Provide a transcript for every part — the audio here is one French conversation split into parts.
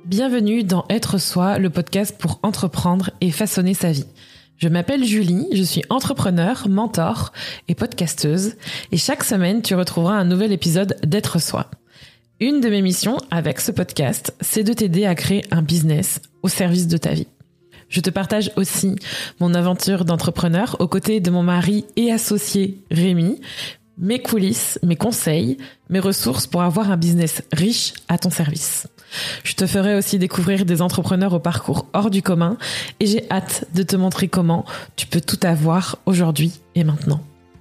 Bienvenue dans Être Soi, le podcast pour entreprendre et façonner sa vie. Je m'appelle Julie, je suis entrepreneur, mentor et podcasteuse et chaque semaine tu retrouveras un nouvel épisode d'Être Soi. Une de mes missions avec ce podcast, c'est de t'aider à créer un business au service de ta vie. Je te partage aussi mon aventure d'entrepreneur aux côtés de mon mari et associé Rémi, mes coulisses, mes conseils, mes ressources pour avoir un business riche à ton service. Je te ferai aussi découvrir des entrepreneurs au parcours hors du commun et j'ai hâte de te montrer comment tu peux tout avoir aujourd'hui et maintenant.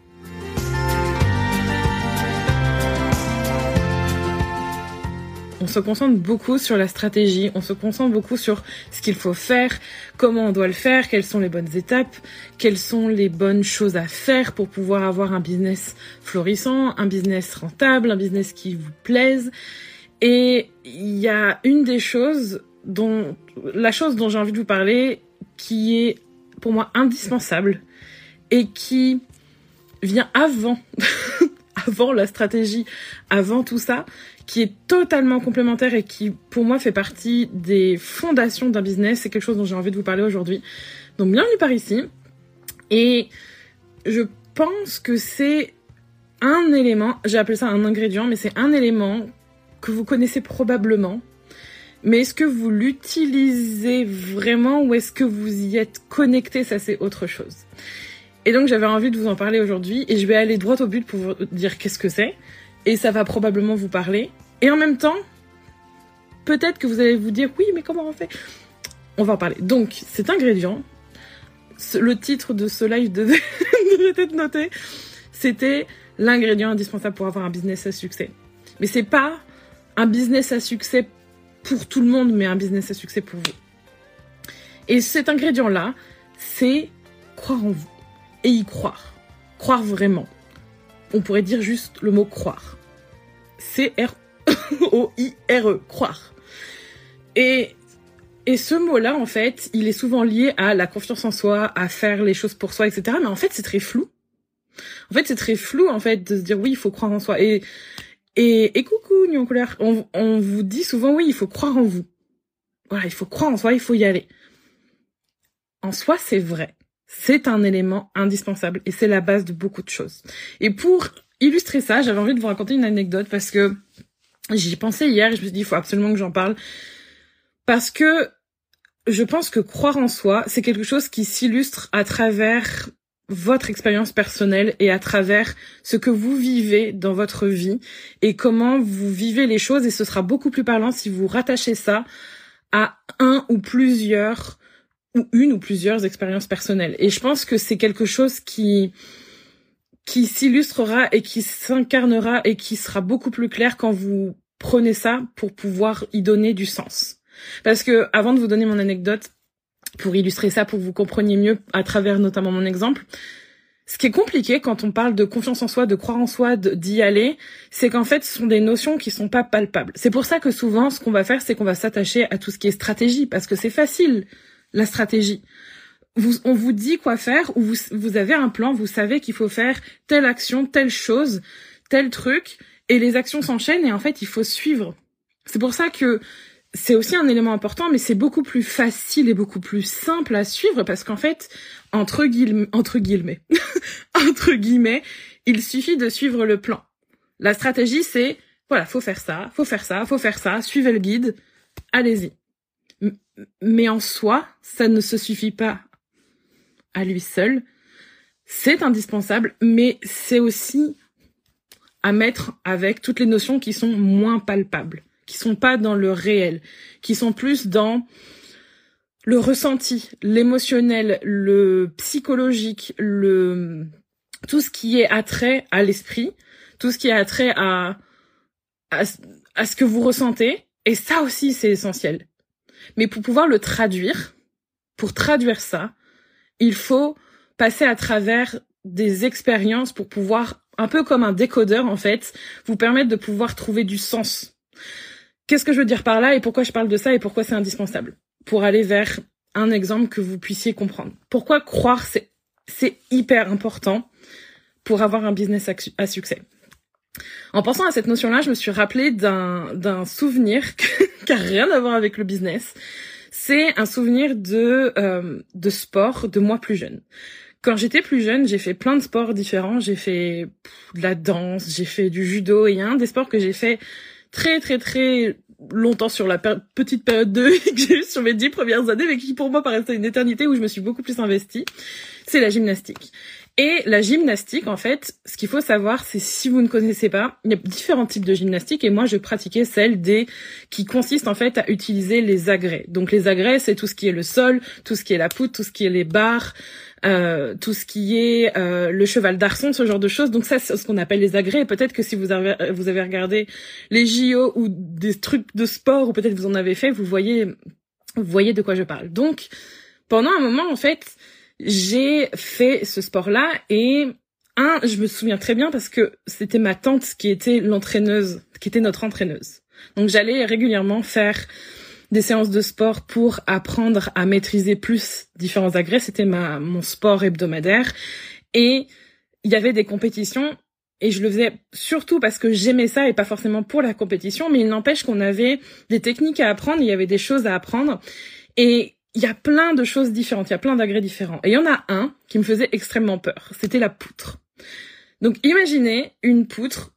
On se concentre beaucoup sur la stratégie, on se concentre beaucoup sur ce qu'il faut faire, comment on doit le faire, quelles sont les bonnes étapes, quelles sont les bonnes choses à faire pour pouvoir avoir un business florissant, un business rentable, un business qui vous plaise. Et il y a une des choses la chose dont j'ai envie de vous parler, qui est pour moi indispensable et qui vient avant, avant la stratégie, avant tout ça, qui est totalement complémentaire et qui, pour moi, fait partie des fondations d'un business. C'est quelque chose dont j'ai envie de vous parler aujourd'hui. Donc, bienvenue par ici. Et je pense que c'est un élément, j'ai appelé ça un ingrédient, mais c'est un élément que vous connaissez probablement. Mais est-ce que vous l'utilisez vraiment ou est-ce que vous y êtes connecté? Ça, c'est autre chose. Et donc, j'avais envie de vous en parler aujourd'hui et je vais aller droit au but pour vous dire qu'est-ce que c'est. Et ça va probablement vous parler. Et en même temps, peut-être que vous allez vous dire, oui, mais comment on fait? On va en parler. Donc, cet ingrédient, le titre de ce live devait être noté, c'était l'ingrédient indispensable pour avoir un business à succès. Mais c'est pas un business à succès pour tout le monde, mais un business à succès pour vous. Et cet ingrédient-là, c'est croire en vous. Et y croire. Croire vraiment. On pourrait dire juste le mot croire. C-R-O-I-R-E, croire. Et ce mot-là, en fait, il est souvent lié à la confiance en soi, à faire les choses pour soi, etc. Mais en fait, c'est très flou. En fait, c'est très flou, en fait, de se dire oui, il faut croire en soi. Et coucou, Nuit en couleur. On vous dit souvent oui, il faut croire en vous. Voilà, il faut croire en soi, il faut y aller. En soi, c'est vrai. C'est un élément indispensable et c'est la base de beaucoup de choses. Et pour illustrer ça, j'avais envie de vous raconter une anecdote parce que j'y pensais hier et je me suis dit il faut absolument que j'en parle parce que je pense que croire en soi, c'est quelque chose qui s'illustre à travers votre expérience personnelle et à travers ce que vous vivez dans votre vie et comment vous vivez les choses et ce sera beaucoup plus parlant si vous rattachez ça à une ou plusieurs expériences personnelles. Et je pense que c'est quelque chose qui s'illustrera et qui s'incarnera et qui sera beaucoup plus clair quand vous prenez ça pour pouvoir y donner du sens. Parce que, avant de vous donner mon anecdote, pour illustrer ça, pour que vous compreniez mieux à travers notamment mon exemple, ce qui est compliqué quand on parle de confiance en soi, de croire en soi, d'y aller, c'est qu'en fait, ce sont des notions qui sont pas palpables. C'est pour ça que souvent, ce qu'on va faire, c'est qu'on va s'attacher à tout ce qui est stratégie, parce que c'est facile, la stratégie. On vous dit quoi faire, ou vous avez un plan, vous savez qu'il faut faire telle action, telle chose, tel truc, et les actions s'enchaînent, et en fait, il faut suivre. C'est pour ça que c'est aussi un élément important, mais c'est beaucoup plus facile et beaucoup plus simple à suivre, parce qu'en fait, entre guillemets, il suffit de suivre le plan. La stratégie, c'est, voilà, faut faire ça, suivez le guide, allez-y. Mais en soi, ça ne se suffit pas à lui seul. C'est indispensable, mais c'est aussi à mettre avec toutes les notions qui sont moins palpables, qui sont pas dans le réel, qui sont plus dans le ressenti, l'émotionnel, le psychologique, tout ce qui est attrait à l'esprit, tout ce qui est attrait à ce que vous ressentez. Et ça aussi, c'est essentiel. Mais pour pouvoir le traduire, pour traduire ça, il faut passer à travers des expériences pour pouvoir, un peu comme un décodeur en fait, vous permettre de pouvoir trouver du sens. Qu'est-ce que je veux dire par là et pourquoi je parle de ça et pourquoi c'est indispensable? Pour aller vers un exemple que vous puissiez comprendre. Pourquoi croire, c'est hyper important pour avoir un business à succès. En pensant à cette notion-là, je me suis rappelée d'un souvenir qui a rien à voir avec le business. C'est un souvenir de sport de moi plus jeune. Quand j'étais plus jeune, j'ai fait plein de sports différents. J'ai fait de la danse, j'ai fait du judo, et il y a un des sports que j'ai fait très très très longtemps sur la petite période de vie que j'ai eue sur mes 10 premières années, mais qui pour moi paraissait une éternité, où je me suis beaucoup plus investie, c'est la gymnastique. Et la gymnastique, en fait, ce qu'il faut savoir, c'est, si vous ne connaissez pas, il y a différents types de gymnastique, et moi je pratiquais celle qui consiste en fait à utiliser les agrès. Donc les agrès, c'est tout ce qui est le sol, tout ce qui est la poutre, tout ce qui est les barres, tout ce qui est le cheval d'arçon, ce genre de choses. Donc ça, c'est ce qu'on appelle les agrès. Et peut-être que si vous avez regardé les JO ou des trucs de sport, ou peut-être vous en avez fait, vous voyez de quoi je parle. Donc pendant un moment, en fait, j'ai fait ce sport-là, et je me souviens très bien parce que c'était ma tante qui était notre entraîneuse. Donc j'allais régulièrement faire des séances de sport pour apprendre à maîtriser plus différents agrès. C'était mon sport hebdomadaire, et il y avait des compétitions, et je le faisais surtout parce que j'aimais ça et pas forcément pour la compétition, mais il n'empêche qu'on avait des techniques à apprendre, il y avait des choses à apprendre, et il y a plein de choses différentes, il y a plein d'agrès différents. Et il y en a un qui me faisait extrêmement peur, c'était la poutre. Donc imaginez une poutre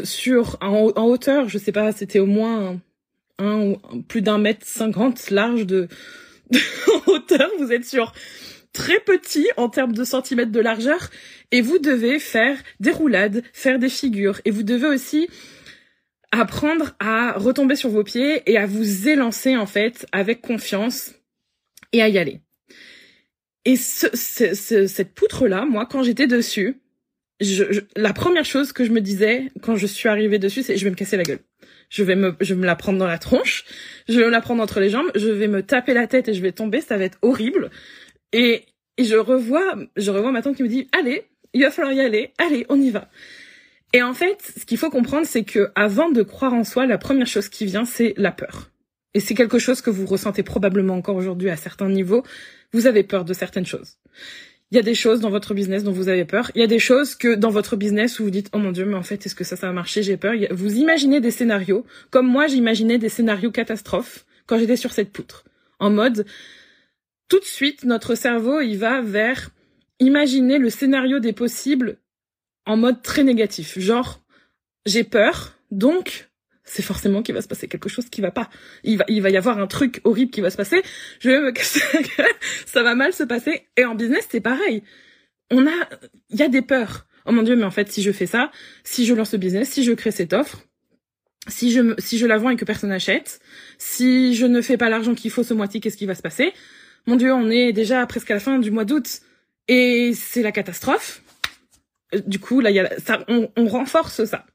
en hauteur, je sais pas, c'était au moins plus d'1,50 m large de en hauteur. Vous êtes sur très petit en termes de centimètres de largeur, et vous devez faire des roulades, faire des figures, et vous devez aussi apprendre à retomber sur vos pieds et à vous élancer en fait avec confiance et à y aller. Et cette poutre-là, moi, quand j'étais dessus, la première chose que je me disais quand je suis arrivée dessus, c'est: je vais me casser la gueule. Je vais me la prendre dans la tronche, je vais me la prendre entre les jambes, je vais me taper la tête et je vais tomber, ça va être horrible. Et je revois ma tante qui me dit: allez, il va falloir y aller, allez, on y va. Et en fait, ce qu'il faut comprendre, c'est que avant de croire en soi, la première chose qui vient, c'est la peur. Et c'est quelque chose que vous ressentez probablement encore aujourd'hui à certains niveaux. Vous avez peur de certaines choses. Il y a des choses dans votre business dont vous avez peur. Il y a des choses que dans votre business où vous dites: oh mon Dieu, mais en fait, est-ce que ça va marcher? J'ai peur. Vous imaginez des scénarios. Comme moi, j'imaginais des scénarios catastrophes quand j'étais sur cette poutre. En mode, tout de suite, notre cerveau, il va vers imaginer le scénario des possibles en mode très négatif. Genre, j'ai peur, donc c'est forcément qu'il va se passer quelque chose qui va pas. Il va y avoir un truc horrible qui va se passer. Je vais me casser la gueule. Ça va mal se passer. Et en business, c'est pareil. Il y a des peurs. Oh mon Dieu, mais en fait, si je fais ça, si je lance le business, si je crée cette offre, si je la vends et que personne n'achète, si je ne fais pas l'argent qu'il faut ce mois-ci, qu'est-ce qui va se passer? Mon Dieu, on est déjà presque à la fin du mois d'août et c'est la catastrophe. Du coup, là, on renforce ça.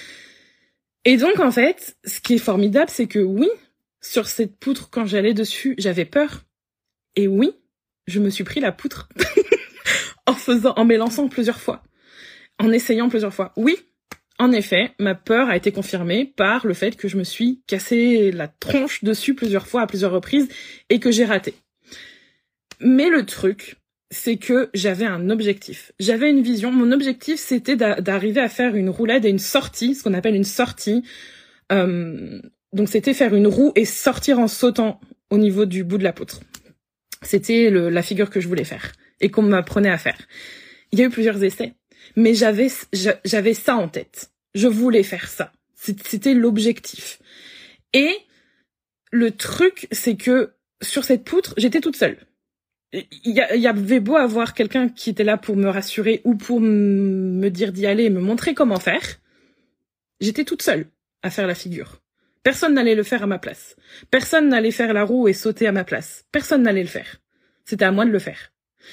Et donc, en fait, ce qui est formidable, c'est que oui, sur cette poutre, quand j'allais dessus, j'avais peur. Et oui, je me suis pris la poutre en m'élançant plusieurs fois, en essayant plusieurs fois. Oui, en effet, ma peur a été confirmée par le fait que je me suis cassé la tronche dessus plusieurs fois, à plusieurs reprises, et que j'ai raté. Mais le truc, c'est que j'avais un objectif. J'avais une vision. Mon objectif, c'était d'arriver à faire une roulade et une sortie, ce qu'on appelle une sortie. Donc, c'était faire une roue et sortir en sautant au niveau du bout de la poutre. C'était la figure que je voulais faire et qu'on m'apprenait à faire. Il y a eu plusieurs essais, mais j'avais ça en tête. Je voulais faire ça. C'était l'objectif. Et le truc, c'est que sur cette poutre, j'étais toute seule. Il y avait beau avoir quelqu'un qui était là pour me rassurer ou pour me dire d'y aller et me montrer comment faire, j'étais toute seule à faire la figure. Personne n'allait le faire à ma place. Personne n'allait faire la roue et sauter à ma place. Personne n'allait le faire. C'était à moi de le faire.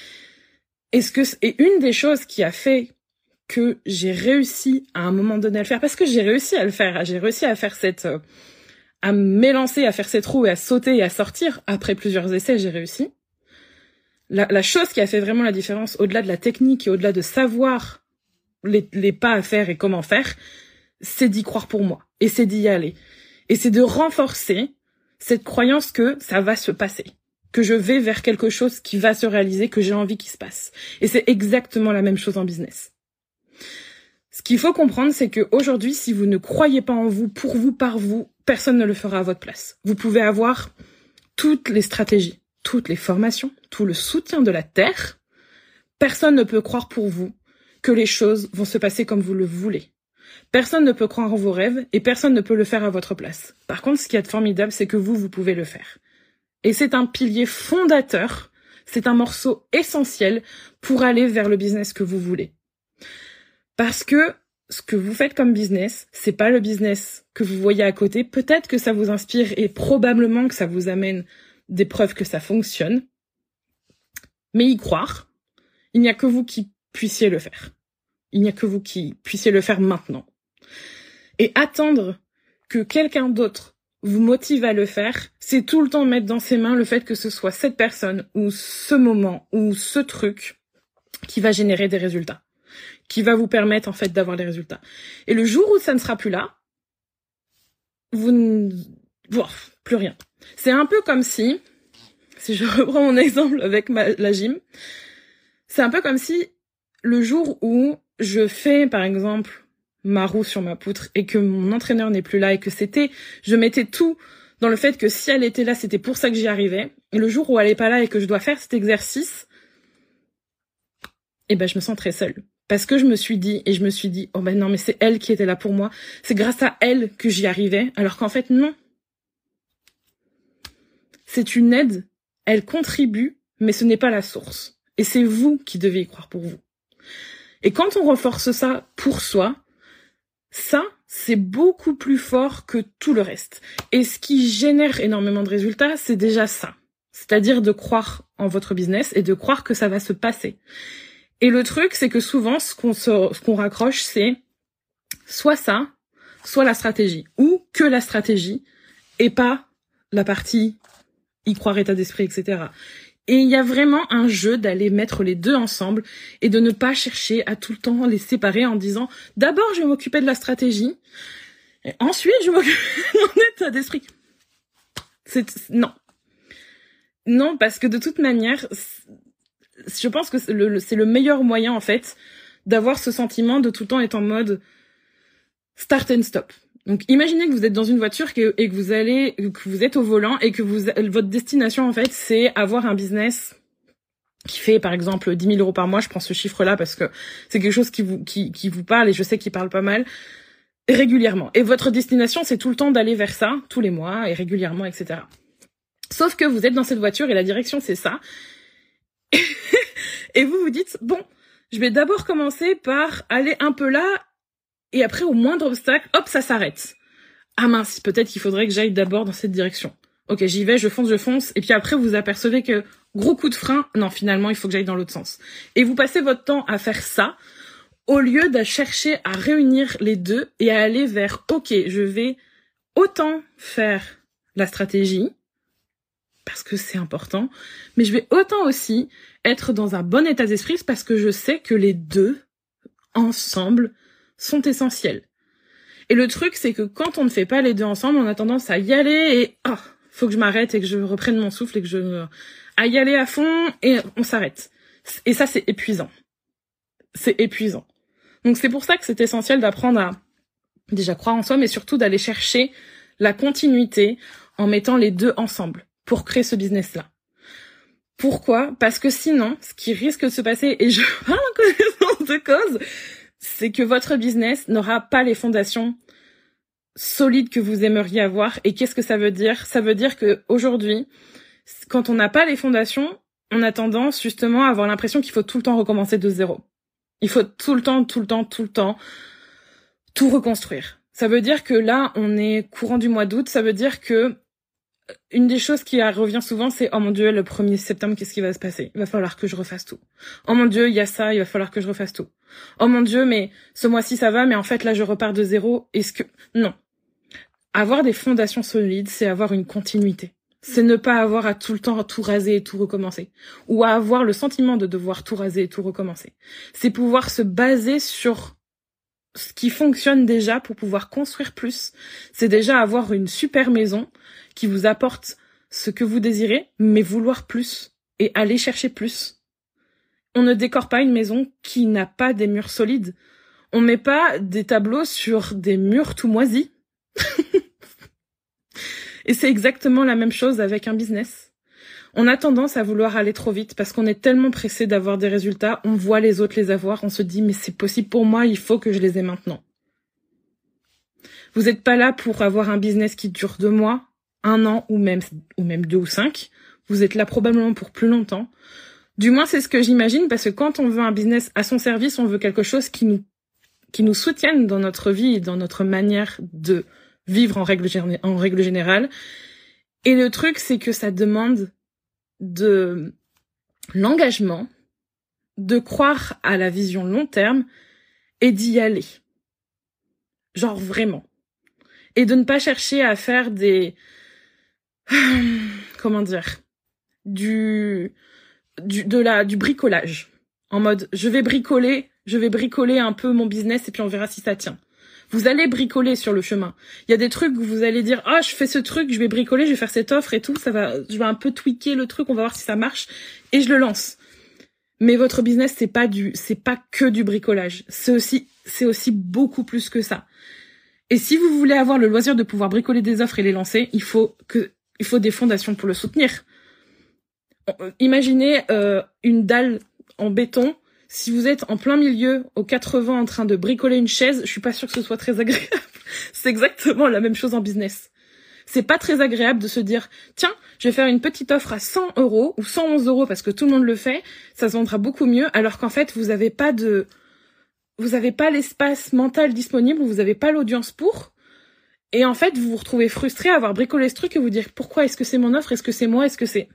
Et une des choses qui a fait que j'ai réussi à un moment donné à le faire, parce que j'ai réussi à le faire, j'ai réussi à faire à m'élancer, à faire cette roue et à sauter et à sortir, après plusieurs essais, j'ai réussi. La chose qui a fait vraiment la différence, au-delà de la technique et au-delà de savoir les pas à faire et comment faire, c'est d'y croire pour moi. Et c'est d'y aller. Et c'est de renforcer cette croyance que ça va se passer. Que je vais vers quelque chose qui va se réaliser, que j'ai envie qu'il se passe. Et c'est exactement la même chose en business. Ce Ce qu'il faut comprendre, c'est qu'aujourd'hui, si vous ne croyez pas en vous, pour vous, par vous, personne ne le fera à votre place. Vous pouvez avoir toutes les stratégies, toutes les formations, tout le soutien de la Terre. Personne ne peut croire pour vous que les choses vont se passer comme vous le voulez. Personne ne peut croire en vos rêves et personne ne peut le faire à votre place. Par contre, ce qui est formidable, c'est que vous pouvez le faire. Et c'est un pilier fondateur, c'est un morceau essentiel pour aller vers le business que vous voulez. Parce que ce que vous faites comme business, c'est pas le business que vous voyez à côté. Peut-être que ça vous inspire et probablement que ça vous amène des preuves que ça fonctionne. Mais y croire, il n'y a que vous qui puissiez le faire. Il n'y a que vous qui puissiez le faire maintenant. Et attendre que quelqu'un d'autre vous motive à le faire, c'est tout le temps mettre dans ses mains le fait que ce soit cette personne ou ce moment ou ce truc qui va générer des résultats, qui va vous permettre en fait d'avoir les résultats. Et le jour où ça ne sera plus là, plus rien. C'est un peu comme si je reprends mon exemple avec la gym, c'est un peu comme si le jour où je fais par exemple ma roue sur ma poutre et que mon entraîneur n'est plus là et que je mettais tout dans le fait que si elle était là, c'était pour ça que j'y arrivais. Et le jour où elle est pas là et que je dois faire cet exercice, je me sens très seule. Parce que je me suis dit, oh ben non, mais c'est elle qui était là pour moi. C'est grâce à elle que j'y arrivais. Alors qu'en fait, non. C'est une aide. Elle contribue, mais ce n'est pas la source. Et c'est vous qui devez y croire pour vous. Et quand on renforce ça pour soi, ça, c'est beaucoup plus fort que tout le reste. Et ce qui génère énormément de résultats, c'est déjà ça. C'est-à-dire de croire en votre business et de croire que ça va se passer. Et le truc, c'est que souvent, ce qu'on raccroche, c'est soit ça, soit la stratégie. Ou que la stratégie, et pas la partie y croire, état d'esprit, etc. Et il y a vraiment un jeu d'aller mettre les deux ensemble et de ne pas chercher à tout le temps les séparer en disant « D'abord, je vais m'occuper de la stratégie, et ensuite, je vais m'occuper de mon état d'esprit. » Non. Non, parce que de toute manière, je pense que c'est le meilleur moyen, en fait, d'avoir ce sentiment de tout le temps être en mode start and stop. Donc, imaginez que vous êtes dans une voiture et que vous êtes au volant et que votre destination, en fait, c'est avoir un business qui fait, par exemple, 10 000 € par mois. Je prends ce chiffre-là parce que c'est quelque chose qui vous parle et je sais qu'il parle pas mal régulièrement. Et votre destination, c'est tout le temps d'aller vers ça, tous les mois et régulièrement, etc. Sauf que vous êtes dans cette voiture et la direction, c'est ça. Et vous vous dites, bon, je vais d'abord commencer par aller un peu là. Et après, au moindre obstacle, hop, ça s'arrête. Ah mince, peut-être qu'il faudrait que j'aille d'abord dans cette direction. Ok, j'y vais, je fonce. Et puis après, vous apercevez que gros coup de frein, non, finalement, il faut que j'aille dans l'autre sens. Et vous passez votre temps à faire ça, au lieu de chercher à réunir les deux et à aller vers, ok, je vais autant faire la stratégie, parce que c'est important, mais je vais autant aussi être dans un bon état d'esprit parce que je sais que les deux, ensemble, sont essentiels. Et le truc, c'est que quand on ne fait pas les deux ensemble, on a tendance à y aller et faut que je m'arrête et que je reprenne mon souffle et que à y aller à fond et on s'arrête. Et ça, c'est épuisant. C'est épuisant. Donc c'est pour ça que c'est essentiel d'apprendre à déjà croire en soi, mais surtout d'aller chercher la continuité en mettant les deux ensemble pour créer ce business-là. Pourquoi ? Parce que sinon, ce qui risque de se passer, et je parle en connaissance de cause, c'est que votre business n'aura pas les fondations solides que vous aimeriez avoir. Et qu'est-ce que ça veut dire ? Ça veut dire que aujourd'hui, quand on n'a pas les fondations, on a tendance justement à avoir l'impression qu'il faut tout le temps recommencer de zéro. Il faut tout le temps tout reconstruire. Ça veut dire que là, on est courant du mois d'août, ça veut dire que une des choses qui revient souvent, c'est « Oh mon Dieu, le 1er septembre, qu'est-ce qui va se passer ? Il va falloir que je refasse tout. Oh mon Dieu, il y a ça, il va falloir que je refasse tout. Oh mon Dieu, mais ce mois-ci, ça va, mais en fait, là, je repars de zéro. Est-ce que... » Non. Avoir des fondations solides, c'est avoir une continuité. C'est ne pas avoir à tout le temps tout raser et tout recommencer. Ou à avoir le sentiment de devoir tout raser et tout recommencer. C'est pouvoir se baser sur ce qui fonctionne déjà pour pouvoir construire plus. C'est déjà avoir une super maison qui vous apporte ce que vous désirez, mais vouloir plus et aller chercher plus. On ne décore pas une maison qui n'a pas des murs solides. On met pas des tableaux sur des murs tout moisis. Et c'est exactement la même chose avec un business. On a tendance à vouloir aller trop vite parce qu'on est tellement pressé d'avoir des résultats, on voit les autres les avoir, on se dit mais c'est possible pour moi, il faut que je les ai maintenant. Vous n'êtes pas là pour avoir un business qui dure 2 mois, 1 an ou même 2 ou 5. Vous êtes là probablement pour plus longtemps. Du moins c'est ce que j'imagine parce que quand on veut un business à son service, on veut quelque chose qui nous soutienne dans notre vie et dans notre manière de vivre en règle générale. Et le truc c'est que ça demande de l'engagement, de croire à la vision long terme et d'y aller. Genre vraiment. Et de ne pas chercher à faire du bricolage. En mode, je vais bricoler un peu mon business et puis on verra si ça tient. Vous allez bricoler sur le chemin. Il y a des trucs où vous allez dire, je fais ce truc, je vais bricoler, je vais faire cette offre et tout, je vais un peu tweaker le truc, on va voir si ça marche, et je le lance. Mais votre business, c'est pas que du bricolage. C'est aussi beaucoup plus que ça. Et si vous voulez avoir le loisir de pouvoir bricoler des offres et les lancer, il faut des fondations pour le soutenir. Imaginez une dalle en béton. Si vous êtes en plein milieu, aux 80, en train de bricoler une chaise, je suis pas sûre que ce soit très agréable. C'est exactement la même chose en business. C'est pas très agréable de se dire, tiens, je vais faire une petite offre à 100 € ou 111 € parce que tout le monde le fait, ça se vendra beaucoup mieux, alors qu'en fait, vous avez pas l'espace mental disponible, vous avez pas l'audience pour, et en fait, vous vous retrouvez frustré à avoir bricolé ce truc et vous dire, pourquoi est-ce que c'est mon offre, est-ce que c'est moi,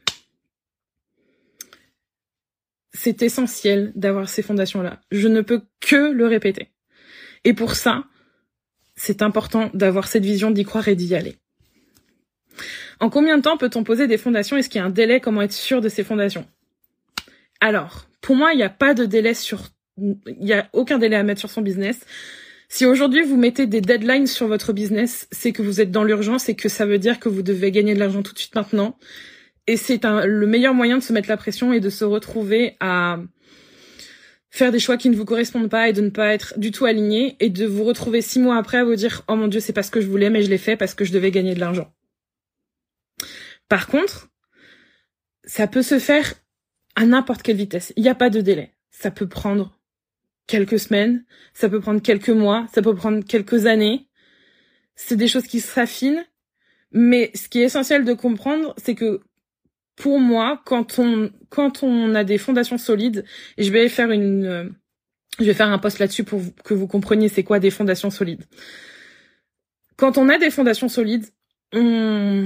c'est essentiel d'avoir ces fondations-là. Je ne peux que le répéter. Et pour ça, c'est important d'avoir cette vision, d'y croire et d'y aller. En combien de temps peut-on poser des fondations? Est-ce qu'il y a un délai? Comment être sûr de ces fondations? Alors, pour moi, il n'y a pas de délai il n'y a aucun délai à mettre sur son business. Si aujourd'hui vous mettez des deadlines sur votre business, c'est que vous êtes dans l'urgence et que ça veut dire que vous devez gagner de l'argent tout de suite maintenant. Et c'est le meilleur moyen de se mettre la pression et de se retrouver à faire des choix qui ne vous correspondent pas et de ne pas être du tout aligné et de vous retrouver 6 mois après à vous dire « Oh mon Dieu, c'est pas ce que je voulais, mais je l'ai fait parce que je devais gagner de l'argent. » Par contre, ça peut se faire à n'importe quelle vitesse. Il n'y a pas de délai. Ça peut prendre quelques semaines, ça peut prendre quelques mois, ça peut prendre quelques années. C'est des choses qui s'affinent. Mais ce qui est essentiel de comprendre, c'est que pour moi, quand on a des fondations solides, et je vais faire un post là-dessus pour que vous compreniez c'est quoi des fondations solides. Quand on a des fondations solides, on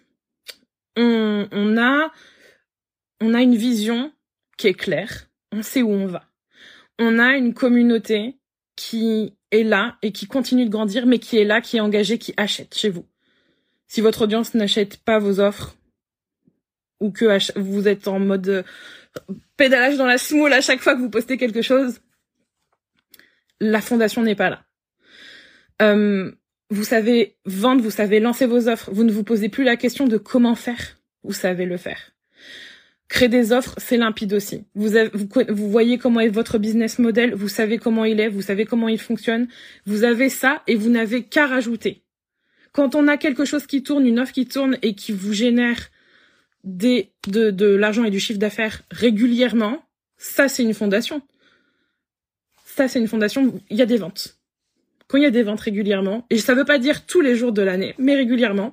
a une vision qui est claire, on sait où on va. On a une communauté qui est là et qui continue de grandir, mais qui est là, qui est engagée, qui achète chez vous. Si votre audience n'achète pas vos offres, ou que vous êtes en mode pédalage dans la semoule à chaque fois que vous postez quelque chose, la fondation n'est pas là. Vous savez vendre, vous savez lancer vos offres, vous ne vous posez plus la question de comment faire, vous savez le faire. Créer des offres, c'est limpide aussi. Vous voyez comment est votre business model, vous savez comment il est, vous savez comment il fonctionne, vous avez ça et vous n'avez qu'à rajouter. Quand on a quelque chose qui tourne, une offre qui tourne et qui vous génère de l'argent et du chiffre d'affaires régulièrement, ça c'est une fondation. Ça c'est une fondation, il y a des ventes. Quand il y a des ventes régulièrement, et ça veut pas dire tous les jours de l'année, mais régulièrement,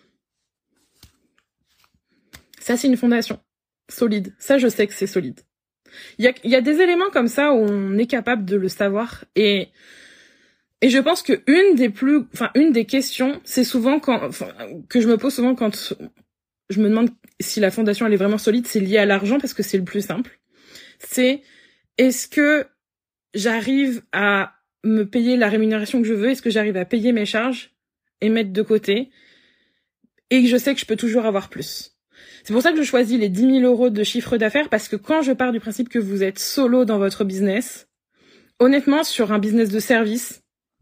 ça c'est une fondation solide. Ça je sais que c'est solide. Il y a des éléments comme ça où on est capable de le savoir et je pense que une des questions, c'est souvent que je me pose souvent quand je me demande si la fondation elle est vraiment solide, c'est lié à l'argent parce que c'est le plus simple. C'est est-ce que j'arrive à me payer la rémunération que je veux? Est-ce que j'arrive à payer mes charges et mettre de côté? Et que je sais que je peux toujours avoir plus. C'est pour ça que je choisis les 10 000 € de chiffre d'affaires parce que quand je pars du principe que vous êtes solo dans votre business, honnêtement, sur un business de service,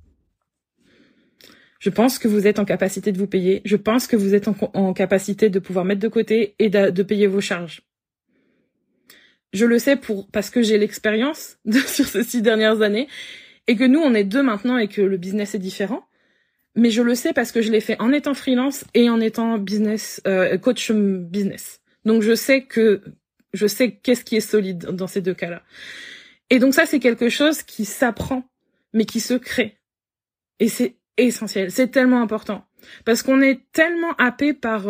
je pense que vous êtes en capacité de vous payer. Je pense que vous êtes en capacité de pouvoir mettre de côté et de payer vos charges. Je le sais parce que j'ai l'expérience sur ces 6 dernières années et que nous, on est deux maintenant et que le business est différent. Mais je le sais parce que je l'ai fait en étant freelance et en étant coach business. Donc je sais qu'est-ce qui est solide dans ces deux cas-là. Et donc ça, c'est quelque chose qui s'apprend, mais qui se crée. Et c'est essentiel, c'est tellement important. Parce qu'on est tellement happé par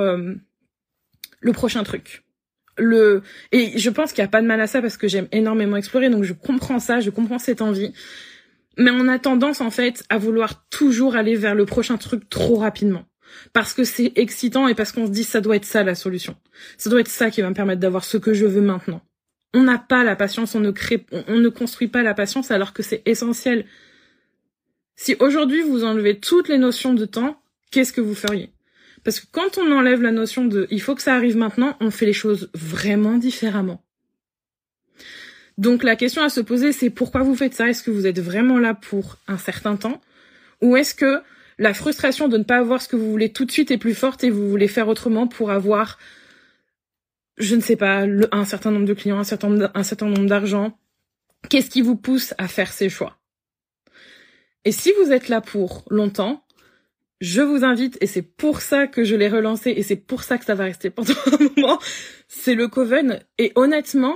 le prochain truc. Et je pense qu'il n'y a pas de mal à ça parce que j'aime énormément explorer, donc je comprends ça, je comprends cette envie. Mais on a tendance, en fait, à vouloir toujours aller vers le prochain truc trop rapidement. Parce que c'est excitant et parce qu'on se dit ça doit être ça la solution. Ça doit être ça qui va me permettre d'avoir ce que je veux maintenant. On n'a pas la patience, on ne construit pas la patience alors que c'est essentiel. Si aujourd'hui vous enlevez toutes les notions de temps, qu'est-ce que vous feriez? Parce que quand on enlève la notion de il faut que ça arrive maintenant, on fait les choses vraiment différemment. Donc la question à se poser, c'est pourquoi vous faites ça? Est-ce que vous êtes vraiment là pour un certain temps? Ou est-ce que la frustration de ne pas avoir ce que vous voulez tout de suite est plus forte et vous voulez faire autrement pour avoir, je ne sais pas, un certain nombre de clients, un certain nombre d'argent? Qu'est-ce qui vous pousse à faire ces choix? Et si vous êtes là pour longtemps, je vous invite, et c'est pour ça que je l'ai relancé, et c'est pour ça que ça va rester pendant un moment, c'est le Coven. Et honnêtement,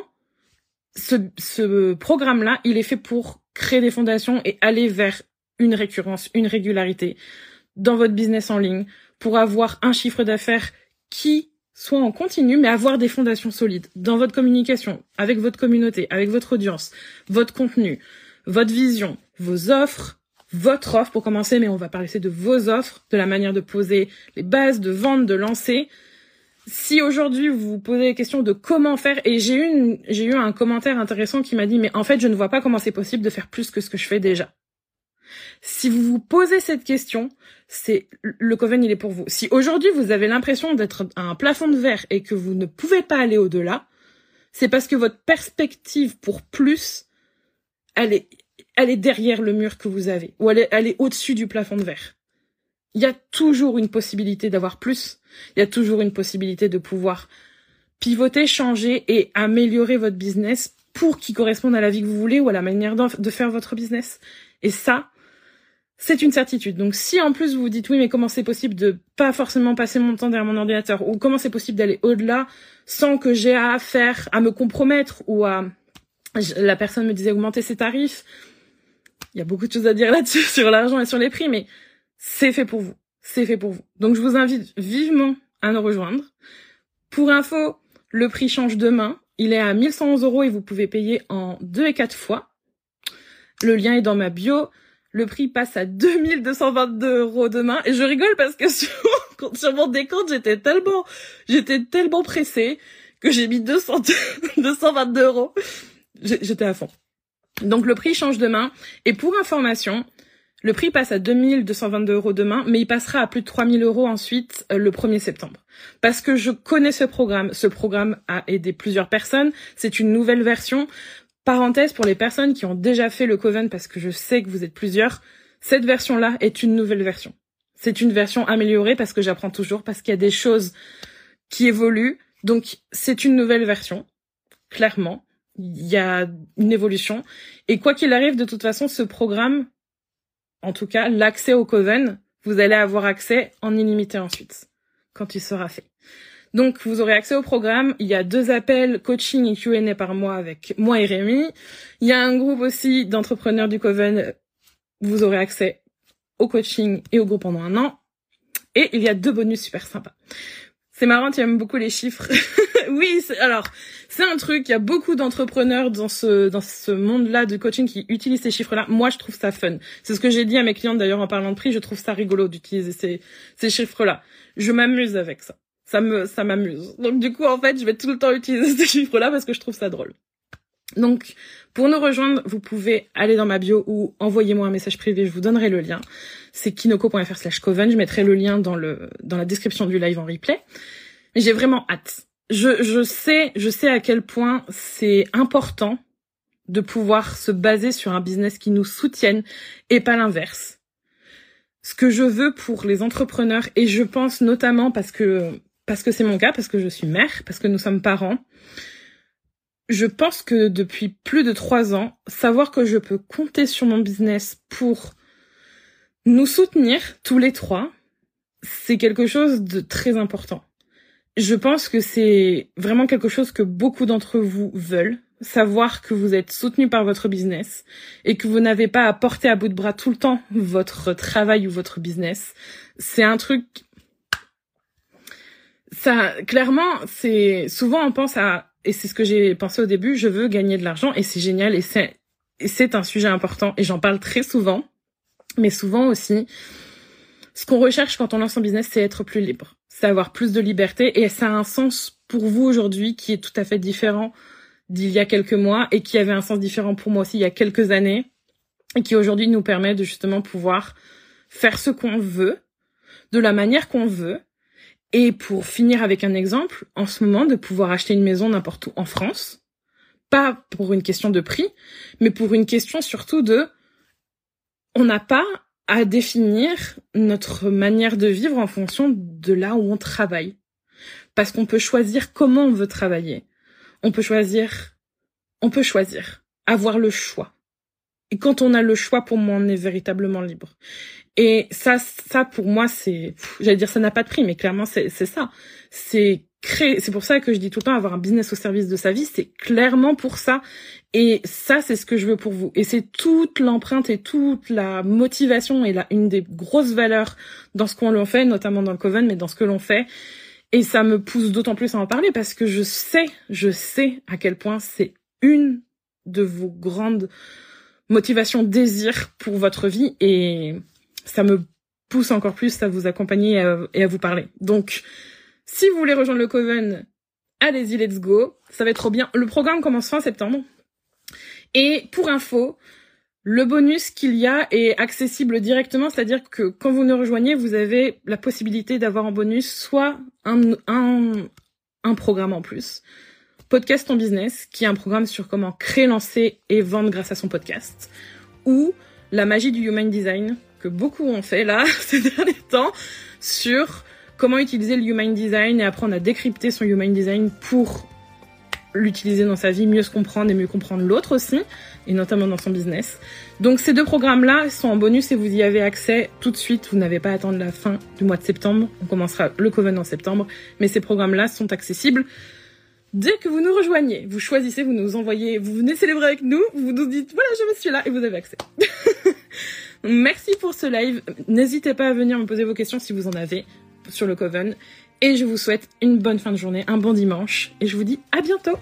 ce programme-là, il est fait pour créer des fondations et aller vers une récurrence, une régularité dans votre business en ligne pour avoir un chiffre d'affaires qui soit en continu, mais avoir des fondations solides dans votre communication, avec votre communauté, avec votre audience, votre contenu, votre vision, vos offres, votre offre pour commencer, mais on va parler de vos offres, de la manière de poser les bases, de vendre, de lancer. Si aujourd'hui vous vous posez la question de comment faire, et j'ai eu un commentaire intéressant qui m'a dit mais en fait je ne vois pas comment c'est possible de faire plus que ce que je fais déjà. Si vous vous posez cette question, c'est le Coven il est pour vous. Si aujourd'hui vous avez l'impression d'être à un plafond de verre et que vous ne pouvez pas aller au-delà, c'est parce que votre perspective pour plus, elle est derrière le mur que vous avez, ou elle est au-dessus du plafond de verre. Il y a toujours une possibilité d'avoir plus. Il y a toujours une possibilité de pouvoir pivoter, changer et améliorer votre business pour qu'il corresponde à la vie que vous voulez ou à la manière de faire votre business. Et ça, c'est une certitude. Donc si en plus vous vous dites oui, mais comment c'est possible de pas forcément passer mon temps derrière mon ordinateur, ou comment c'est possible d'aller au-delà sans que j'ai à me compromettre ou la personne me disait augmenter ses tarifs. Il y a beaucoup de choses à dire là-dessus sur l'argent et sur les prix, mais c'est fait pour vous. C'est fait pour vous. Donc je vous invite vivement à nous rejoindre. Pour info, le prix change demain. Il est à 1 111 € et vous pouvez payer en 2 et 4 fois. Le lien est dans ma bio. Le prix passe à 2 222 € demain. Et je rigole parce que sur mon décompte, j'étais tellement pressée que j'ai mis 222 €. J'étais à fond. Donc le prix change demain. Et pour information, le prix passe à 2 222 € demain, mais il passera à plus de 3 000 € ensuite le 1er septembre. Parce que je connais ce programme. Ce programme a aidé plusieurs personnes. C'est une nouvelle version. Parenthèse pour les personnes qui ont déjà fait le Coven, parce que je sais que vous êtes plusieurs, cette version-là est une nouvelle version. C'est une version améliorée parce que j'apprends toujours, parce qu'il y a des choses qui évoluent. Donc c'est une nouvelle version, clairement. Il y a une évolution. Et quoi qu'il arrive, de toute façon, ce programme, en tout cas, l'accès au Coven, vous allez avoir accès en illimité ensuite, quand il sera fait. Donc, vous aurez accès au programme. Il y a 2 appels coaching et Q&A par mois avec moi et Rémi. Il y a un groupe aussi d'entrepreneurs du Coven. Vous aurez accès au coaching et au groupe pendant 1 an. Et il y a 2 bonus super sympas. C'est marrant, tu aimes beaucoup les chiffres. Oui, c'est un truc, il y a beaucoup d'entrepreneurs dans ce monde-là de coaching qui utilisent ces chiffres-là. Moi, je trouve ça fun. C'est ce que j'ai dit à mes clientes d'ailleurs en parlant de prix, je trouve ça rigolo d'utiliser ces chiffres-là. Je m'amuse avec ça. Ça m'amuse. Donc du coup, en fait, je vais tout le temps utiliser ces chiffres-là parce que je trouve ça drôle. Donc, pour nous rejoindre, vous pouvez aller dans ma bio ou envoyez-moi un message privé, je vous donnerai le lien. C'est kinoko.fr/coven, je mettrai le lien dans la description du live en replay. Mais j'ai vraiment hâte. Je sais à quel point c'est important de pouvoir se baser sur un business qui nous soutienne et pas l'inverse. Ce que je veux pour les entrepreneurs, et je pense notamment parce que c'est mon cas, parce que je suis mère, parce que nous sommes parents, je pense que depuis plus de 3 ans, savoir que je peux compter sur mon business pour nous soutenir tous les 3, c'est quelque chose de très important. Je pense que c'est vraiment quelque chose que beaucoup d'entre vous veulent. Savoir que vous êtes soutenu par votre business et que vous n'avez pas à porter à bout de bras tout le temps votre travail ou votre business. C'est un truc... Ça, clairement, c'est... Souvent on pense à... Et c'est ce que j'ai pensé au début, je veux gagner de l'argent et c'est génial et c'est un sujet important et j'en parle très souvent. Mais souvent aussi, ce qu'on recherche quand on lance son business, c'est être plus libre. C'est avoir plus de liberté et ça a un sens pour vous aujourd'hui qui est tout à fait différent d'il y a quelques mois et qui avait un sens différent pour moi aussi il y a quelques années et qui aujourd'hui nous permet de justement pouvoir faire ce qu'on veut, de la manière qu'on veut. Et pour finir avec un exemple, en ce moment, de pouvoir acheter une maison n'importe où en France, pas pour une question de prix, mais pour une question surtout de... On n'a pas à définir notre manière de vivre en fonction de là où on travaille. Parce qu'on peut choisir comment on veut travailler. On peut choisir, avoir le choix. Et quand on a le choix, pour moi, on est véritablement libre. Et ça pour moi, c'est, j'allais dire ça n'a pas de prix, mais clairement c'est ça. C'est pour ça que je dis tout le temps avoir un business au service de sa vie, c'est clairement pour ça. Et ça, c'est ce que je veux pour vous. Et c'est toute l'empreinte et toute la motivation et une des grosses valeurs dans ce qu'on l'on fait, notamment dans le Coven, mais dans ce que l'on fait. Et ça me pousse d'autant plus à en parler parce que je sais à quel point c'est une de vos grandes motivations, désirs pour votre vie et ça me pousse encore plus à vous accompagner et à vous parler. Donc, si vous voulez rejoindre le Coven, allez-y, let's go. Ça va être trop bien. Le programme commence fin septembre. Et pour info, le bonus qu'il y a est accessible directement, c'est-à-dire que quand vous nous rejoignez, vous avez la possibilité d'avoir en bonus soit un programme en plus, Podcast ton business, qui est un programme sur comment créer, lancer et vendre grâce à son podcast, ou la magie du Human Design, que beaucoup ont fait là ces derniers temps, sur comment utiliser le Human Design et apprendre à décrypter son Human Design pour l'utiliser dans sa vie, mieux se comprendre et mieux comprendre l'autre aussi, et notamment dans son business. Donc ces 2 programmes-là sont en bonus et vous y avez accès tout de suite. Vous n'avez pas à attendre la fin du mois de septembre. On commencera le Coven en septembre, mais ces programmes-là sont accessibles dès que vous nous rejoignez. Vous choisissez, vous nous envoyez, vous venez célébrer avec nous, vous nous dites voilà, je suis là et vous avez accès. Merci pour ce live. N'hésitez pas à venir me poser vos questions si vous en avez sur le Coven. Et je vous souhaite une bonne fin de journée, un bon dimanche. Et je vous dis à bientôt.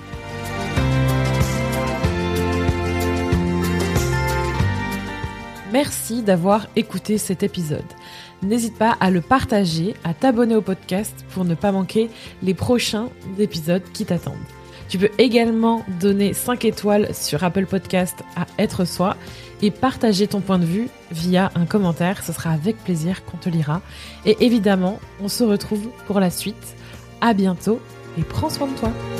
Merci d'avoir écouté cet épisode. N'hésite pas à le partager, à t'abonner au podcast pour ne pas manquer les prochains épisodes qui t'attendent. Tu peux également donner 5 étoiles sur Apple Podcast à Être Soi et partager ton point de vue via un commentaire. Ce sera avec plaisir qu'on te lira. Et évidemment, on se retrouve pour la suite. À bientôt et prends soin de toi.